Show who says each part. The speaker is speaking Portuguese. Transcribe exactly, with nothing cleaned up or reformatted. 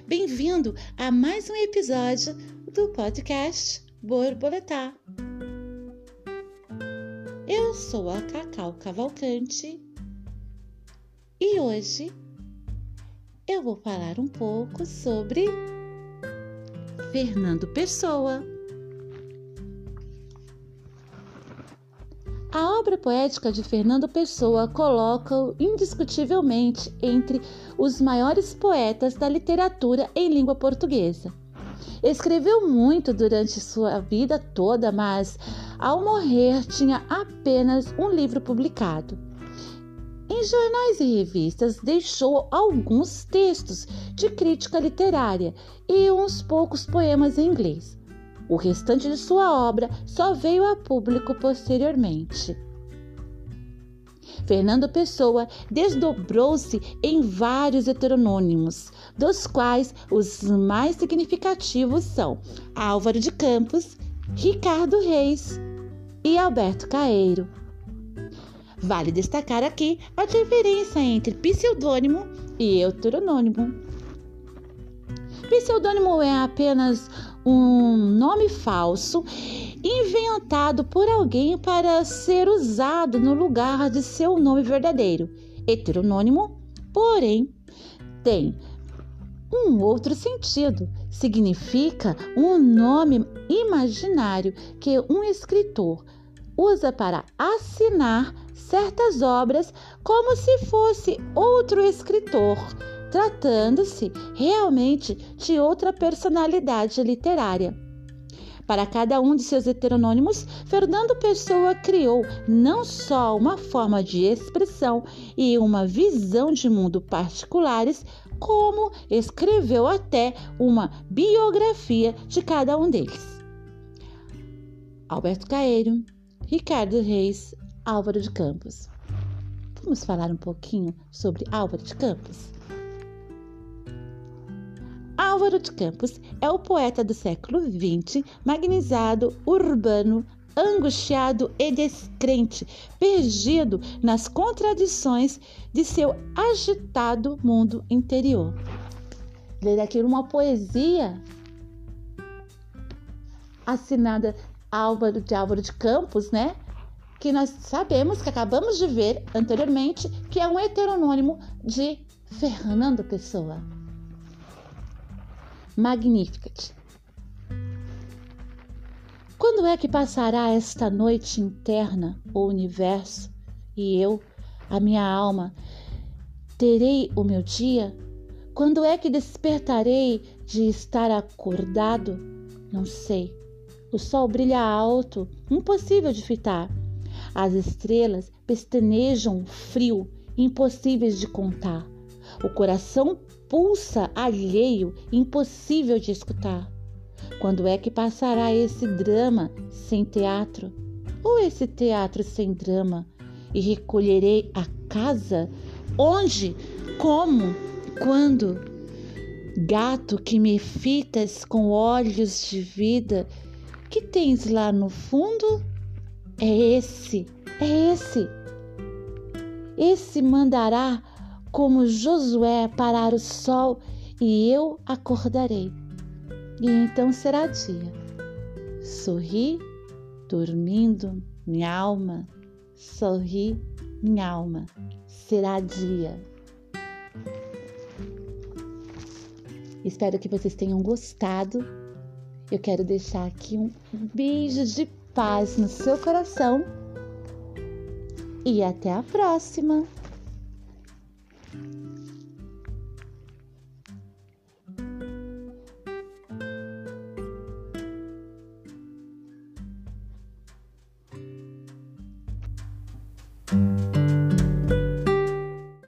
Speaker 1: Bem-vindo a mais um episódio do podcast Borboletar. Eu sou a Cacau Cavalcante e hoje eu vou falar um pouco sobre Fernando Pessoa. A obra poética de Fernando Pessoa coloca-o indiscutivelmente entre os maiores poetas da literatura em língua portuguesa. Escreveu muito durante sua vida toda, mas ao morrer tinha apenas um livro publicado. Em jornais e revistas deixou alguns textos de crítica literária e uns poucos poemas em inglês. O restante de sua obra só veio a público posteriormente. Fernando Pessoa desdobrou-se em vários heteronônimos, dos quais os mais significativos são Álvaro de Campos, Ricardo Reis e Alberto Caeiro. Vale destacar aqui a diferença entre pseudônimo e heteronônimo. Pseudônimo é apenas um nome falso inventado por alguém para ser usado no lugar de seu nome verdadeiro. Heteronônimo, porém, tem um outro sentido. Significa um nome imaginário que um escritor usa para assinar certas obras como se fosse outro escritor, tratando-se realmente de outra personalidade literária. Para cada um de seus heteronônimos, Fernando Pessoa criou não só uma forma de expressão e uma visão de mundo particulares, como escreveu até uma biografia de cada um deles. Alberto Caeiro, Ricardo Reis, Álvaro de Campos. Vamos falar um pouquinho sobre Álvaro de Campos? Álvaro de Campos é o poeta do século vinte, magnizado, urbano, angustiado e descrente, perdido nas contradições de seu agitado mundo interior. Ler aqui uma poesia assinada Álvaro de Álvaro de Campos, né? Que nós sabemos, que acabamos de ver anteriormente, que é um heteronônimo de Fernando Pessoa. Magnificat. Quando é que passará esta noite interna, o universo, e eu, a minha alma, terei o meu dia? Quando é que despertarei de estar acordado? Não sei. O sol brilha alto, impossível de fitar. As estrelas pestanejam frio, impossíveis de contar. O coração pulsa alheio, impossível de escutar. Quando é que passará esse drama sem teatro? Ou esse teatro sem drama? E recolherei a casa? Onde? Como? Quando? Gato que me fitas com olhos de vida, que tens lá no fundo? É esse, é esse. Esse mandará como Josué parar o sol e eu acordarei. E então será dia. Sorri, dormindo, minha alma. Sorri, minha alma. Será dia. Espero que vocês tenham gostado. Eu quero deixar aqui um beijo de paz no seu coração. E até a próxima!